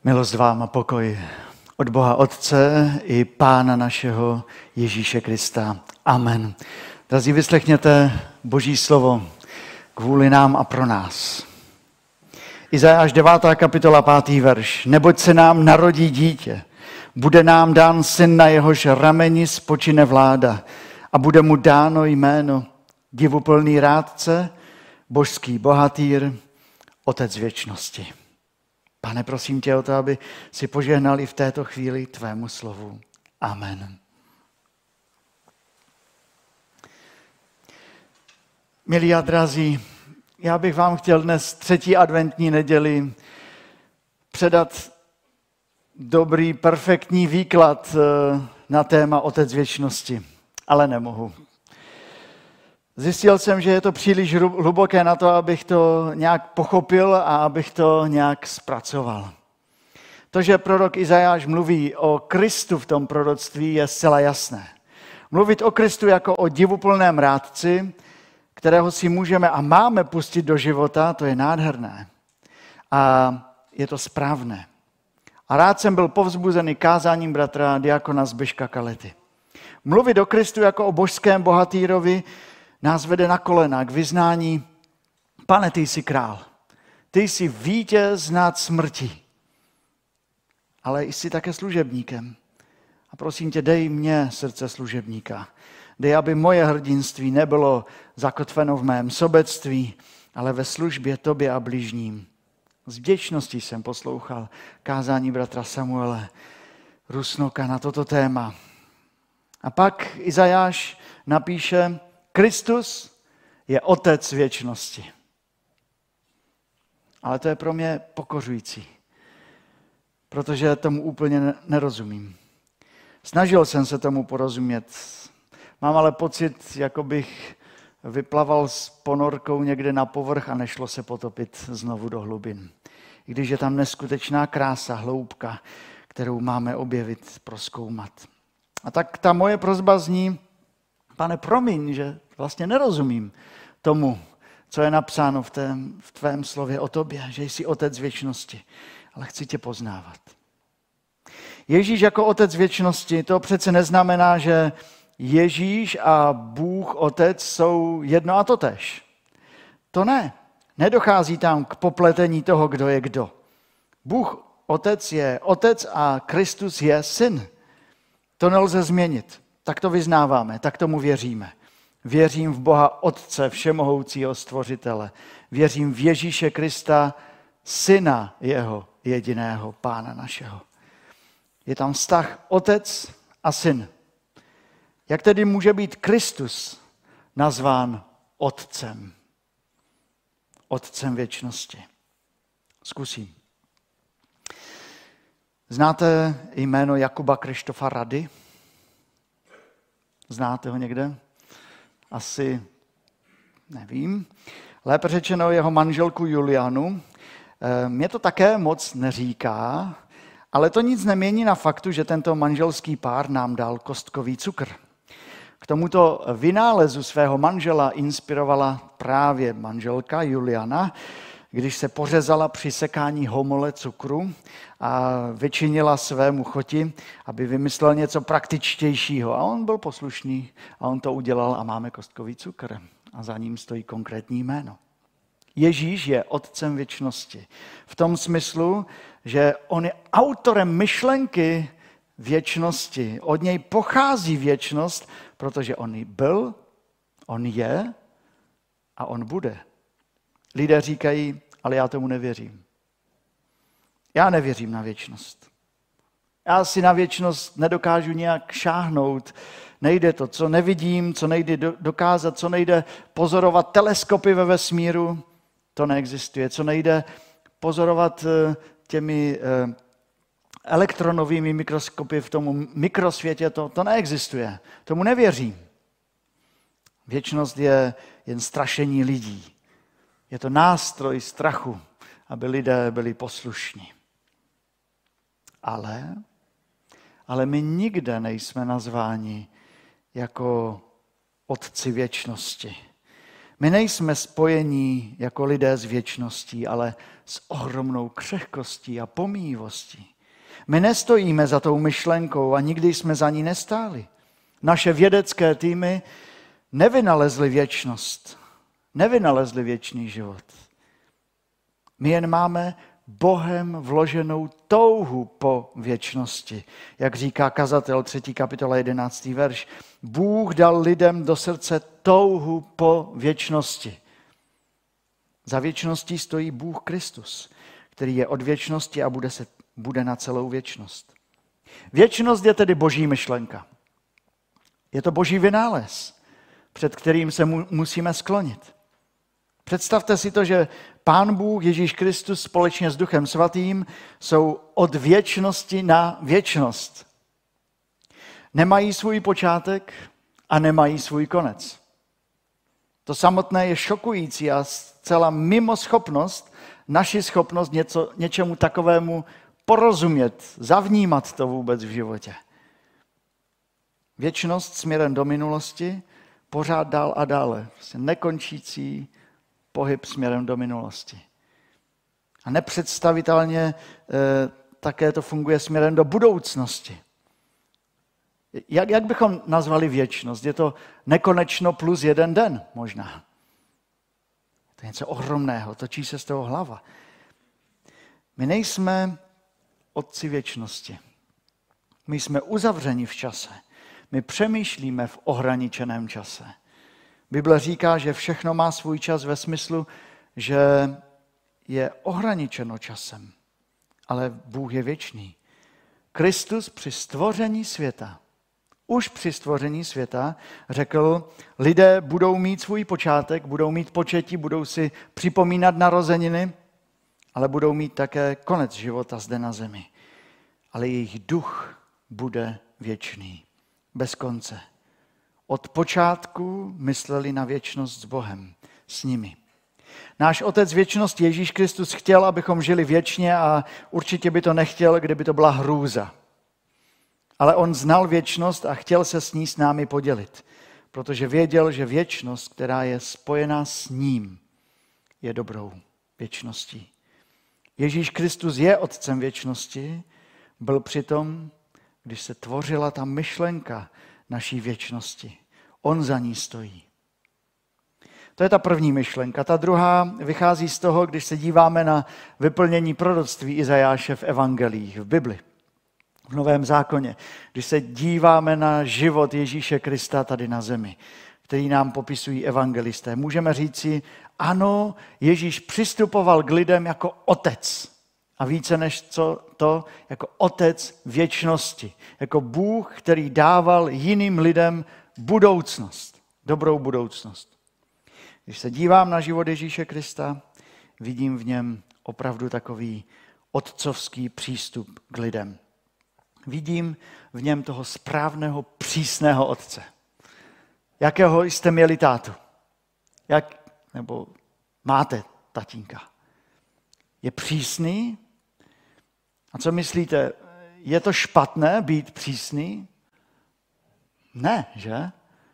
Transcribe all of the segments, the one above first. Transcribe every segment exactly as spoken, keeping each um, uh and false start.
Milost vám a pokoj od Boha Otce i Pána našeho Ježíše Krista. Amen. Drazí, vyslechněte Boží slovo kvůli nám a pro nás. Izajáš devátá kapitola pátý verš. Neboť se nám narodí dítě, bude nám dán syn, na jehož rameni spočine vláda a bude mu dáno jméno divuplný rádce, božský bohatýr, otec věčnosti. Pane, prosím tě o to, aby si požehnal i v této chvíli tvému slovu. Amen. Milí a drazí, já bych vám chtěl dnes třetí adventní neděli předat dobrý, perfektní výklad na téma Otec věčnosti, ale nemohu. Zjistil jsem, že je to příliš hluboké na to, abych to nějak pochopil a abych to nějak zpracoval. To, že prorok Izajáš mluví o Kristu v tom proroctví, je zcela jasné. Mluvit o Kristu jako o divuplném rádci, kterého si můžeme a máme pustit do života, to je nádherné. A je to správné. A rád jsem byl povzbuzený kázáním bratra diakona Zbyška Kalety. Mluvit o Kristu jako o božském bohatýrovi nás vede na kolena k vyznání: Pane, ty jsi král, ty jsi vítěz nad smrtí, ale jsi také služebníkem. A prosím tě, dej mě srdce služebníka. Dej, aby moje hrdinství nebylo zakotveno v mém sobectví, ale ve službě tobě a bližním. S vděčností jsem poslouchal kázání bratra Samuele Rusnoka na toto téma. A pak Izajáš napíše: Kristus je otec věčnosti. Ale to je pro mě pokořující, protože tomu úplně nerozumím. Snažil jsem se tomu porozumět. Mám ale pocit, jako bych vyplaval s ponorkou někde na povrch a nešlo se potopit znovu do hlubin. I když je tam neskutečná krása, hloubka, kterou máme objevit, prozkoumat. A tak ta moje prosba zní: Pane, promiň, že vlastně nerozumím tomu, co je napsáno v, tém, v tvém slově o tobě, že jsi otec věčnosti, ale chci tě poznávat. Ježíš jako otec věčnosti, to přece neznamená, že Ježíš a Bůh Otec jsou jedno a totéž. To ne. Nedochází tam k popletení toho, kdo je kdo. Bůh Otec je Otec a Kristus je Syn. To nelze změnit. Tak to vyznáváme, tak tomu věříme. Věřím v Boha Otce, všemohoucího Stvořitele. Věřím v Ježíše Krista, Syna jeho jediného, Pána našeho. Je tam vztah Otec a Syn. Jak tedy může být Kristus nazván Otcem? Otcem věčnosti. Zkusím. Znáte jméno Jakuba Krištofa Rady? Znáte ho někde? Asi nevím. Lépe řečeno jeho manželku Julianu. Mně to také moc neříká, ale to nic nemění na faktu, že tento manželský pár nám dal kostkový cukr. K tomuto vynálezu svého manžela inspirovala právě manželka Juliana, když se pořezala při sekání homole cukru a vyčinila svému choti, aby vymyslel něco praktičtějšího. A on byl poslušný a on to udělal a máme kostkový cukr. A za ním stojí konkrétní jméno. Ježíš je otcem věčnosti. V tom smyslu, že on je autorem myšlenky věčnosti. Od něj pochází věčnost, protože on byl, on je a on bude. Lidé říkají: ale já tomu nevěřím. Já nevěřím na věčnost. Já si na věčnost nedokážu nějak šáhnout. Nejde to, co nevidím, co nejde dokázat, co nejde pozorovat teleskopy ve vesmíru, to neexistuje. Co nejde pozorovat těmi elektronovými mikroskopy v tom mikrosvětě, to, to neexistuje. Tomu nevěřím. Věčnost je jen strašení lidí. Je to nástroj strachu, aby lidé byli poslušní. Ale, ale my nikde nejsme nazváni jako otci věčnosti. My nejsme spojení jako lidé s věčností, ale s ohromnou křehkostí a pomíjivostí. My nestojíme za tou myšlenkou a nikdy jsme za ní nestáli. Naše vědecké týmy nevynalezly věčnost, nevynalezly věčný život. My jen máme Bohem vloženou touhu po věčnosti. Jak říká kazatel třetí kapitola jedenáctý verš. Bůh dal lidem do srdce touhu po věčnosti. Za věčností stojí Bůh Kristus, který je od věčnosti a bude, se, bude na celou věčnost. Věčnost je tedy boží myšlenka. Je to boží vynález, před kterým se mu, musíme sklonit. Představte si to, že Pán Bůh, Ježíš Kristus společně s Duchem Svatým jsou od věčnosti na věčnost. Nemají svůj počátek a nemají svůj konec. To samotné je šokující a zcela mimo schopnost, naši schopnost něco, něčemu takovému porozumět, zavnímat to vůbec v životě. Věčnost směrem do minulosti, pořád dál a dále. Prostě nekončící pohyb směrem do minulosti. A nepředstavitelně e, také to funguje směrem do budoucnosti. Jak, jak bychom nazvali věčnost? Je to nekonečno plus jeden den možná. To je něco ohromného, točí se z toho hlava. My nejsme otci věčnosti. My jsme uzavřeni v čase. My přemýšlíme v ohraničeném čase. Bible říká, že všechno má svůj čas ve smyslu, že je ohraničeno časem, ale Bůh je věčný. Kristus při stvoření světa, už při stvoření světa řekl, lidé budou mít svůj počátek, budou mít početí, budou si připomínat narozeniny, ale budou mít také konec života zde na zemi. Ale jejich duch bude věčný, bez konce. Od počátku mysleli na věčnost s Bohem, s nimi. Náš Otec věčnosti Ježíš Kristus chtěl, abychom žili věčně a určitě by to nechtěl, kdyby to byla hrůza. Ale on znal věčnost a chtěl se s ní s námi podělit, protože věděl, že věčnost, která je spojená s ním, je dobrou věčností. Ježíš Kristus je Otcem věčnosti, byl přitom, když se tvořila ta myšlenka naší věčnosti. On za ní stojí. To je ta první myšlenka. Ta druhá vychází z toho, když se díváme na vyplnění proroctví Izajáše v evangelích, v Bibli, v Novém zákoně. Když se díváme na život Ježíše Krista tady na zemi, který nám popisují evangelisté, můžeme říci, ano, Ježíš přistupoval k lidem jako otec. A více než co to, jako otec věčnosti. Jako Bůh, který dával jiným lidem budoucnost. Dobrou budoucnost. Když se dívám na život Ježíše Krista, vidím v něm opravdu takový otcovský přístup k lidem. Vidím v něm toho správného, přísného otce. Jakého jste měli tátu? Jak, nebo máte tatínka? Je přísný? A co myslíte, je to špatné být přísný? Ne, že?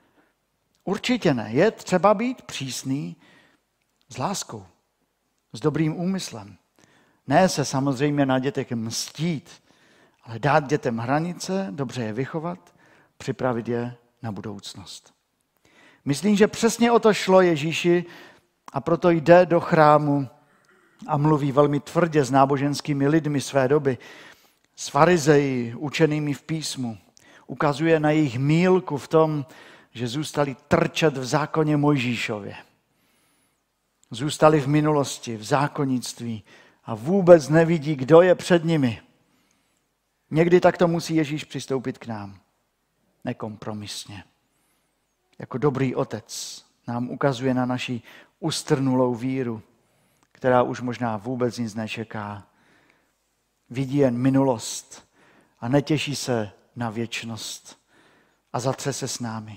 Určitě ne. Je třeba být přísný s láskou, s dobrým úmyslem. Ne se samozřejmě na dětech mstít, ale dát dětem hranice, dobře je vychovat, připravit je na budoucnost. Myslím, že přesně o to šlo Ježíši a proto jde do chrámu a mluví velmi tvrdě s náboženskými lidmi své doby, s farizeji, učenými v písmu. Ukazuje na jejich mýlku v tom, že zůstali trčet v zákoně Mojžíšově. Zůstali v minulosti, v zákonnictví a vůbec nevidí, kdo je před nimi. Někdy takto musí Ježíš přistoupit k nám. Nekompromisně. Jako dobrý otec nám ukazuje na naši ustrnulou víru, která už možná vůbec nic nečeká. Vidí jen minulost a netěší se na věčnost a zatře se s námi.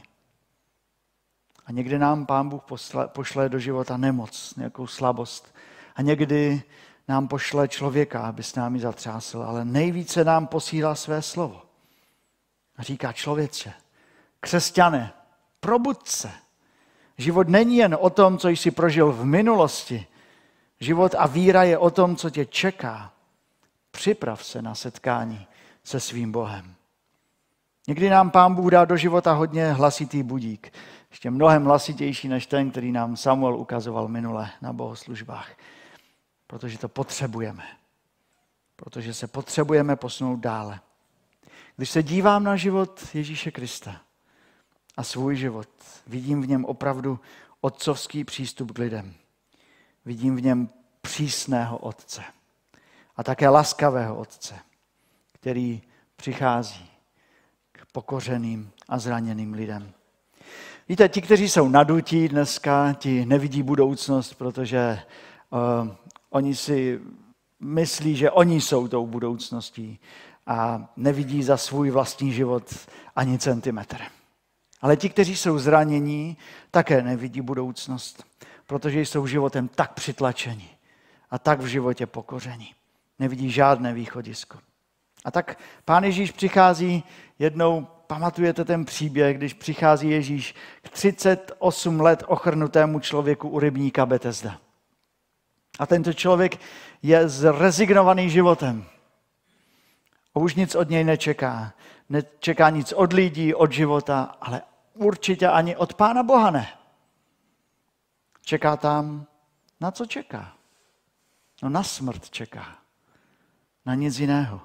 A někdy nám Pán Bůh posle, pošle do života nemoc, nějakou slabost. A někdy nám pošle člověka, aby s námi zatřásl, ale nejvíce nám posílá své slovo. A říká člověče, křesťané, probud se, Život není jen o tom, co jsi prožil v minulosti. Život a víra je o tom, co tě čeká. Připrav se na setkání se svým Bohem. Někdy nám Pán Bůh dá do života hodně hlasitý budík. Ještě mnohem hlasitější než ten, který nám Samuel ukazoval minule na bohoslužbách. Protože to potřebujeme. Protože se potřebujeme posunout dále. Když se dívám na život Ježíše Krista a svůj život, vidím v něm opravdu otcovský přístup k lidem. Vidím v něm přísného otce a také laskavého otce, který přichází k pokořeným a zraněným lidem. Víte, ti, kteří jsou nadutí dneska, ti nevidí budoucnost, protože uh, oni si myslí, že oni jsou tou budoucností a nevidí za svůj vlastní život ani centimetr. Ale ti, kteří jsou zranění, také nevidí budoucnost, protože jsou životem tak přitlačeni a tak v životě pokoření. Nevidí žádné východisko. A tak Pán Ježíš přichází jednou, pamatujete ten příběh, když přichází Ježíš k třicet osm let ochrnutému člověku u rybníka Betesda. A tento člověk je zrezignovaný životem. A už nic od něj nečeká. Nečeká nic od lidí, od života, ale určitě ani od Pána Boha ne. Čeká tam, na co čeká? No na smrt čeká. Na nic jiného.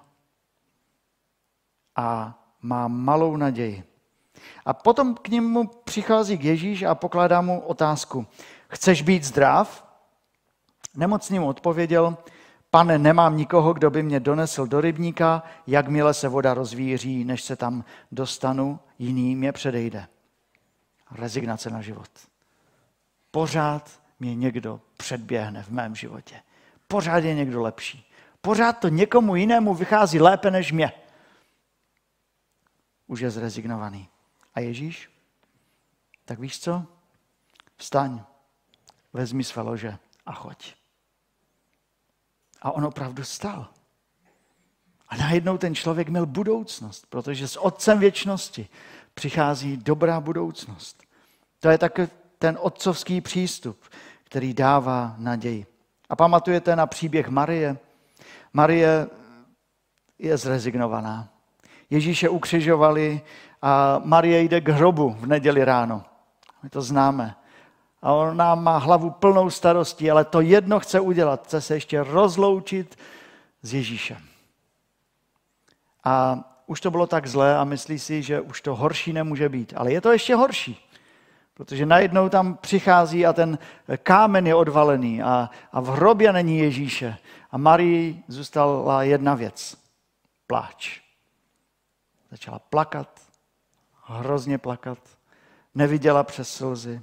A má malou naději. A potom k němu přichází k Ježíš a pokládá mu otázku. Chceš být zdrav? Nemocný mu odpověděl, Pane, nemám nikoho, kdo by mě donesl do rybníka, jakmile se voda rozvíří, než se tam dostanu, jiný mě předejde. Rezignace na život. Pořád mě někdo předběhne v mém životě. Pořád je někdo lepší. Pořád to někomu jinému vychází lépe než mě. Už je zrezignovaný. A Ježíš? Tak víš co? Vstaň, vezmi své lože a choď. A on opravdu vstal. A najednou ten člověk měl budoucnost, protože s Otcem věčnosti přichází dobrá budoucnost. To je také ten otcovský přístup, který dává naději. A pamatujete na příběh Marie? Marie je zrezignovaná. Ježíše ukřižovali a Marie jde k hrobu v neděli ráno. My to známe. A ona má hlavu plnou starostí, ale to jedno chce udělat. Chce se ještě rozloučit s Ježíšem. A už to bylo tak zlé a myslí si, že už to horší nemůže být. Ale je to ještě horší. Protože najednou tam přichází a ten kámen je odvalený a, a v hrobě není Ježíše. A Marii zůstala jedna věc. Pláč. Začala plakat, hrozně plakat. Neviděla přes slzy.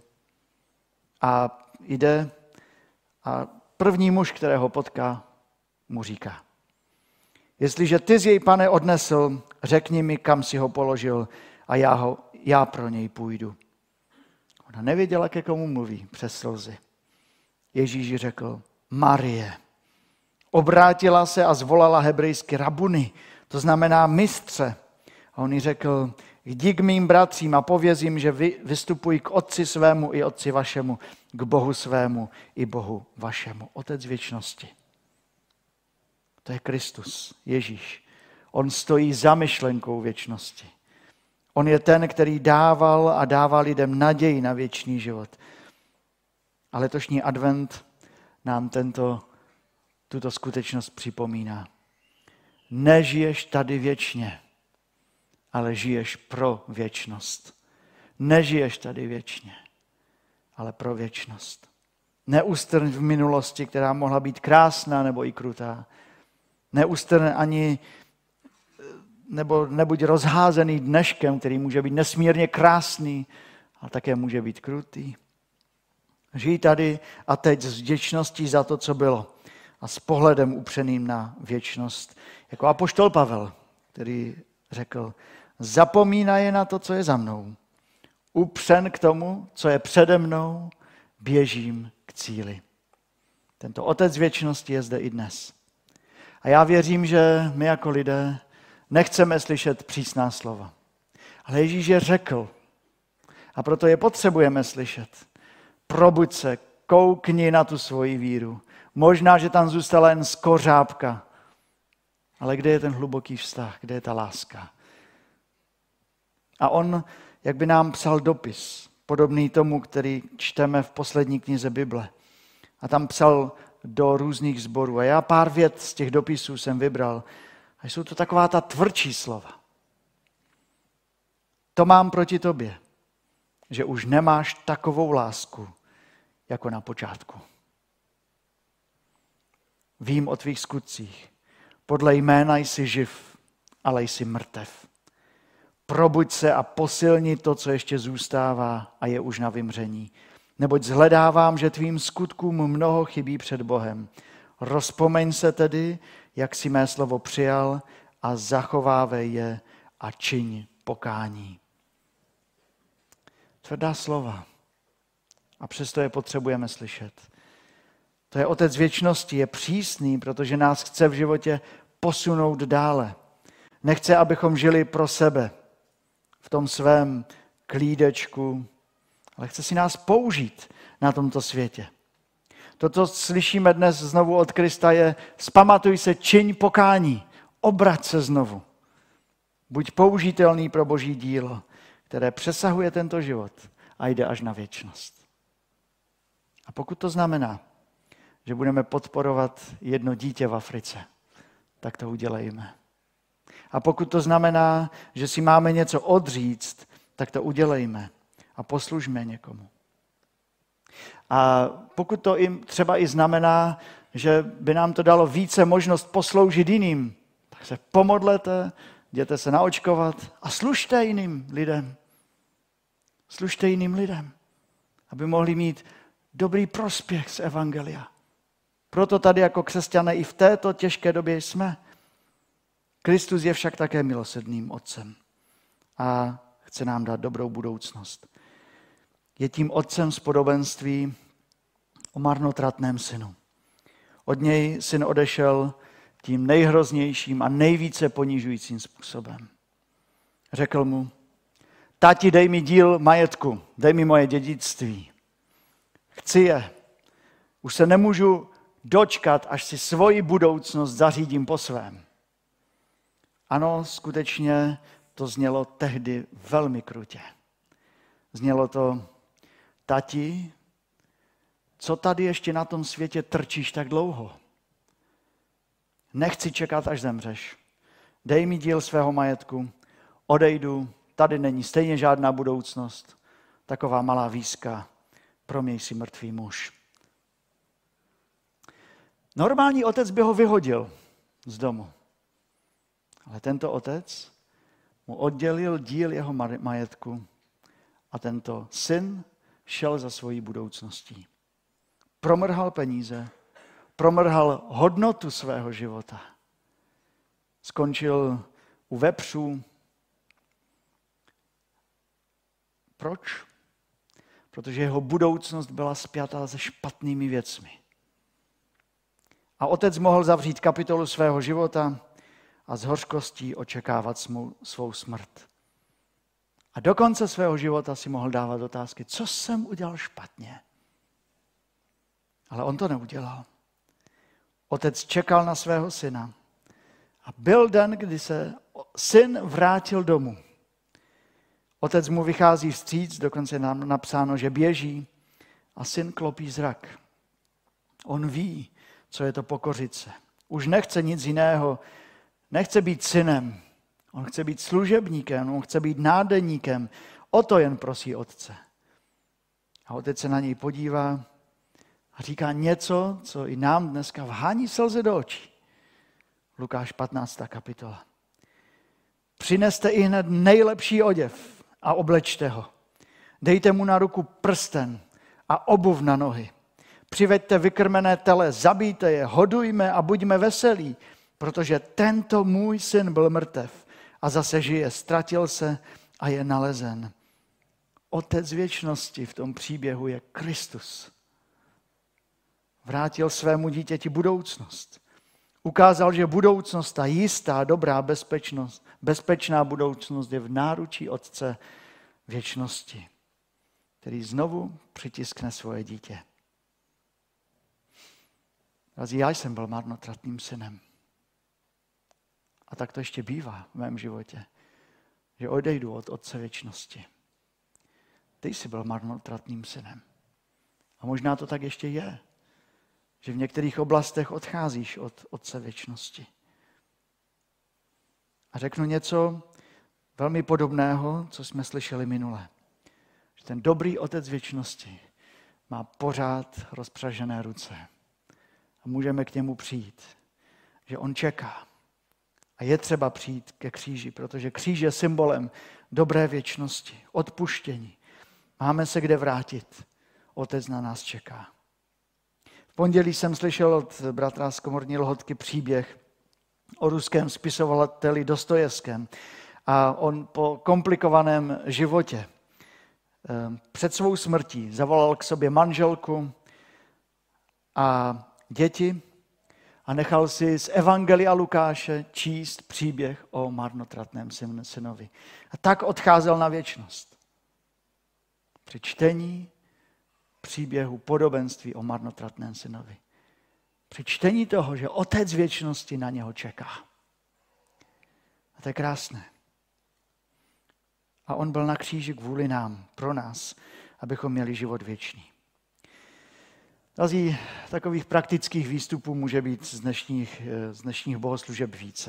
A jde a první muž, kterého potká, mu říká. Jestliže ty jsi jej, Pane, odnesl, řekni mi, kam si ho položil a já, ho, já pro něj půjdu. Ona nevěděla, ke komu mluví přes slzy. Ježíš řekl, Marie. Obrátila se a zvolala hebrejsky rabuni, to znamená mistře. A on jí řekl, jdi k mým bratřím a pověz jim, že vy vystupují k Otci svému i Otci vašemu, k Bohu svému i Bohu vašemu. Otec věčnosti. To je Kristus, Ježíš. On stojí za myšlenkou věčnosti. On je ten, který dával a dává lidem naději na věčný život. A letošní advent nám tento, tuto skutečnost připomíná. Nežiješ tady věčně, ale žiješ pro věčnost. Nežiješ tady věčně, ale pro věčnost. Neustrň v minulosti, která mohla být krásná nebo i krutá. Neustrň ani, nebo nebuď rozházený dneškem, který může být nesmírně krásný, ale také může být krutý. Žij tady a teď s vděčností za to, co bylo a s pohledem upřeným na věčnost. Jako apoštol Pavel, který řekl, zapomínaj na to, co je za mnou. Upřen k tomu, co je přede mnou, běžím k cíli. Tento Otec věčnosti je zde i dnes. A já věřím, že my jako lidé nechceme slyšet přísná slova. Ale Ježíš je řekl. A proto je potřebujeme slyšet. Probuď se, koukni na tu svoji víru. Možná, že tam zůstala jen skořápka, ale kde je ten hluboký vztah, kde je ta láska? A on, jak by nám psal dopis, podobný tomu, který čteme v poslední knize Bible. A tam psal do různých sborů. A já pár vět z těch dopisů jsem vybral. A jsou to taková ta tvrdší slova. To mám proti tobě, že už nemáš takovou lásku, jako na počátku. Vím o tvých skutcích. Podle jména jsi živ, ale jsi mrtev. Probuď se a posilni to, co ještě zůstává a je už na vymření. Neboť zhledávám, že tvým skutkům mnoho chybí před Bohem. Rozpomeň se tedy, jak jsi mé slovo přijal a zachovávej je a čiň pokání. Tvrdá slova. A přesto je potřebujeme slyšet. To je Otec věčnosti, je přísný, protože nás chce v životě posunout dále. Nechce, abychom žili pro sebe v tom svém klídečku, ale chce si nás použít na tomto světě. To, co slyšíme dnes znovu od Krista, je vzpamatuj se, čiň pokání, obrať se znovu. Buď použitelný pro Boží dílo, které přesahuje tento život a jde až na věčnost. A pokud to znamená, že budeme podporovat jedno dítě v Africe, tak to udělejme. A pokud to znamená, že si máme něco odříct, tak to udělejme a poslužme někomu. A pokud to jim třeba i znamená, že by nám to dalo více možnost posloužit jiným, tak se pomodlete, jděte se naočkovat a služte jiným lidem. Služte jiným lidem, aby mohli mít dobrý prospěch z evangelia. Proto tady jako křesťané i v této těžké době jsme. Kristus je však také milosrdným Otcem a chce nám dát dobrou budoucnost. Je tím Otcem z podobenství o marnotratném synu. Od něj syn odešel tím nejhroznějším a nejvíce ponižujícím způsobem. Řekl mu, tati, dej mi díl majetku, dej mi moje dědictví. Chci je. Už se nemůžu dočkat, až si svoji budoucnost zařídím po svém. Ano, skutečně to znělo tehdy velmi krutě. Znělo to, tati, co tady ještě na tom světě trčíš tak dlouho? Nechci čekat, až zemřeš. Dej mi díl svého majetku, odejdu, tady není stejně žádná budoucnost. Taková malá výzka, proměj si mrtvý muž. Normální otec by ho vyhodil z domu. Ale tento otec mu oddělil díl jeho majetku a tento syn šel za svojí budoucností. Promrhal peníze, promrhal hodnotu svého života. Skončil u vepřů. Proč? Protože jeho budoucnost byla spjatá se špatnými věcmi. A otec mohl zavřít kapitolu svého života a s hořkostí očekávat svou smrt. A do konce svého života si mohl dávat otázky, co jsem udělal špatně. Ale on to neudělal. Otec čekal na svého syna. A byl den, kdy se syn vrátil domů. Otec mu vychází vstříc, dokonce je nám napsáno, že běží a syn klopí zrak. On ví, co je to pokořit se. Už nechce nic jiného, nechce být synem, on chce být služebníkem, on chce být nádeníkem, o to jen prosí otce. A otec se na něj podívá a říká něco, co i nám dneska vhání slzy do očí. Lukáš patnáctá kapitola. Přineste i hned nejlepší oděv a oblečte ho. Dejte mu na ruku prsten a obuv na nohy. Přiveďte vykrmené tele, zabijte je, hodujme a buďme veselí, protože tento můj syn byl mrtev a zase žije, ztratil se a je nalezen. Otec věčnosti v tom příběhu je Kristus. Vrátil svému dítěti budoucnost. Ukázal, že budoucnost, ta jistá, dobrá bezpečnost, bezpečná budoucnost je v náručí Otce věčnosti. který znovu přitiskne svoje dítě. Drazí, já jsem byl marnotratným synem. A tak to ještě bývá v mém životě, že odejdu od Otce věčnosti. Ty jsi byl marnotratným synem. A možná to tak ještě je, že v některých oblastech odcházíš od Otce věčnosti. A řeknu něco velmi podobného, co jsme slyšeli minule. Že ten dobrý Otec věčnosti má pořád rozpřažené ruce. A můžeme k němu přijít. Že on čeká. A je třeba přijít ke kříži, protože kříž je symbolem dobré věčnosti, odpuštění. Máme se kde vrátit. Otec na nás čeká. V pondělí jsem slyšel od bratra z Komorní Lhotky příběh o ruském spisovateli Dostojevském. A on po komplikovaném životě před svou smrtí zavolal k sobě manželku a děti a nechal si z Evangelia Lukáše číst příběh o marnotratném synovi. A tak odcházel na věčnost. Při čtení příběhu podobenství o marnotratném synovi. Při čtení toho, že Otec věčnosti na něho čeká. A to je krásné. A on byl na kříži kvůli nám, pro nás, abychom měli život věčný. Drazí, takových praktických výstupů může být z dnešních, z dnešních bohoslužeb více.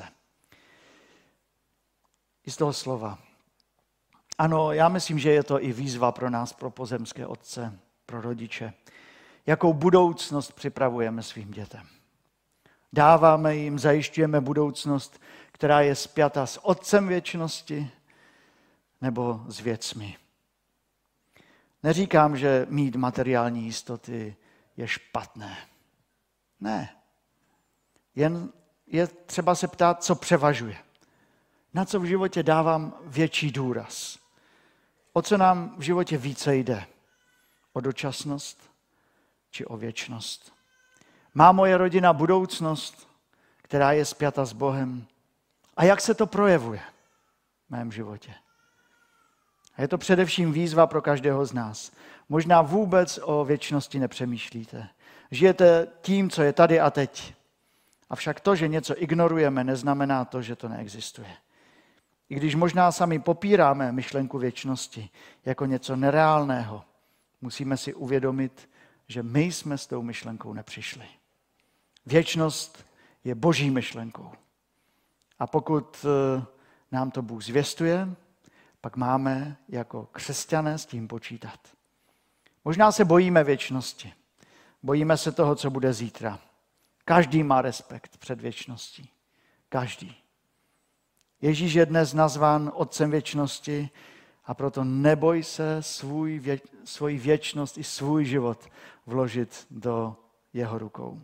I z toho slova. Ano, já myslím, že je to i výzva pro nás, pro pozemské otce, pro rodiče. Jakou budoucnost připravujeme svým dětem. Dáváme jim, zajišťujeme budoucnost, která je spjata s Otcem věčnosti nebo s věcmi. Neříkám, že mít materiální jistoty je špatné. Ne. Jen je třeba se ptát, co převažuje. Na co v životě dávám větší důraz. O co nám v životě více jde. O dočasnost či o věčnost. Má moje rodina budoucnost, která je spjata s Bohem? A jak se to projevuje v mém životě? A je to především výzva pro každého z nás. Možná vůbec o věčnosti nepřemýšlíte. Žijete tím, co je tady a teď. Avšak to, že něco ignorujeme, neznamená to, že to neexistuje. I když možná sami popíráme myšlenku věčnosti jako něco nereálného, musíme si uvědomit, že my jsme s tou myšlenkou nepřišli. Věčnost je boží myšlenkou. A pokud nám to Bůh zvěstuje, pak máme jako křesťané s tím počítat. Možná se bojíme věčnosti. Bojíme se toho, co bude zítra. Každý má respekt před věčností. Každý. Ježíš je dnes nazván Otcem věčnosti a proto neboj se svůj vě, svoji věčnost i svůj život vložit do jeho rukou.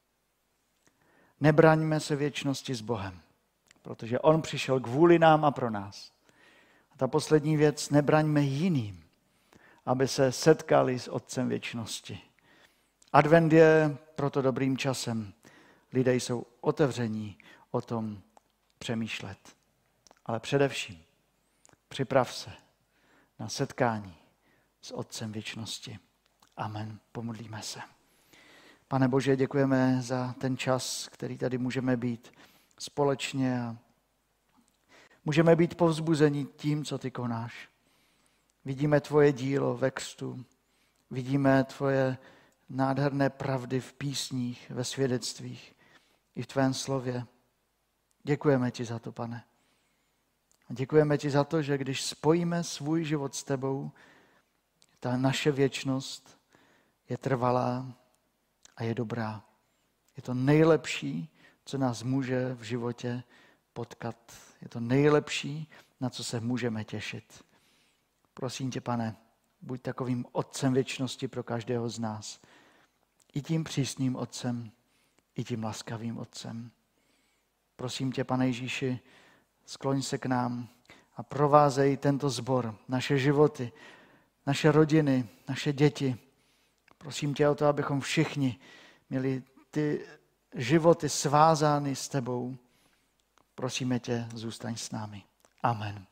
Nebraňme se věčnosti s Bohem, protože on přišel kvůli nám a pro nás. A ta poslední věc, nebraňme jiným, aby se setkali s Otcem věčnosti. Advent je proto dobrým časem. Lidé jsou otevření o tom přemýšlet. Ale především připrav se na setkání s Otcem věčnosti. Amen. Pomodlíme se. Pane Bože, děkujeme za ten čas, který tady můžeme být společně a můžeme být povzbuzeni tím, co ty konáš. Vidíme tvoje dílo ve křtu, vidíme tvoje nádherné pravdy v písních, ve svědectvích i v tvém slově. Děkujeme ti za to, Pane. A děkujeme ti za to, že když spojíme svůj život s tebou, ta naše věčnost je trvalá a je dobrá. Je to nejlepší, co nás může v životě potkat. Je to nejlepší, na co se můžeme těšit. Prosím tě, Pane, buď takovým Otcem věčnosti pro každého z nás. I tím přísným Otcem, i tím laskavým Otcem. Prosím tě, Pane Ježíši, skloň se k nám a provázej tento sbor, naše životy, naše rodiny, naše děti. Prosím tě o to, abychom všichni měli ty životy svázány s tebou. Prosíme tě, zůstaň s námi. Amen.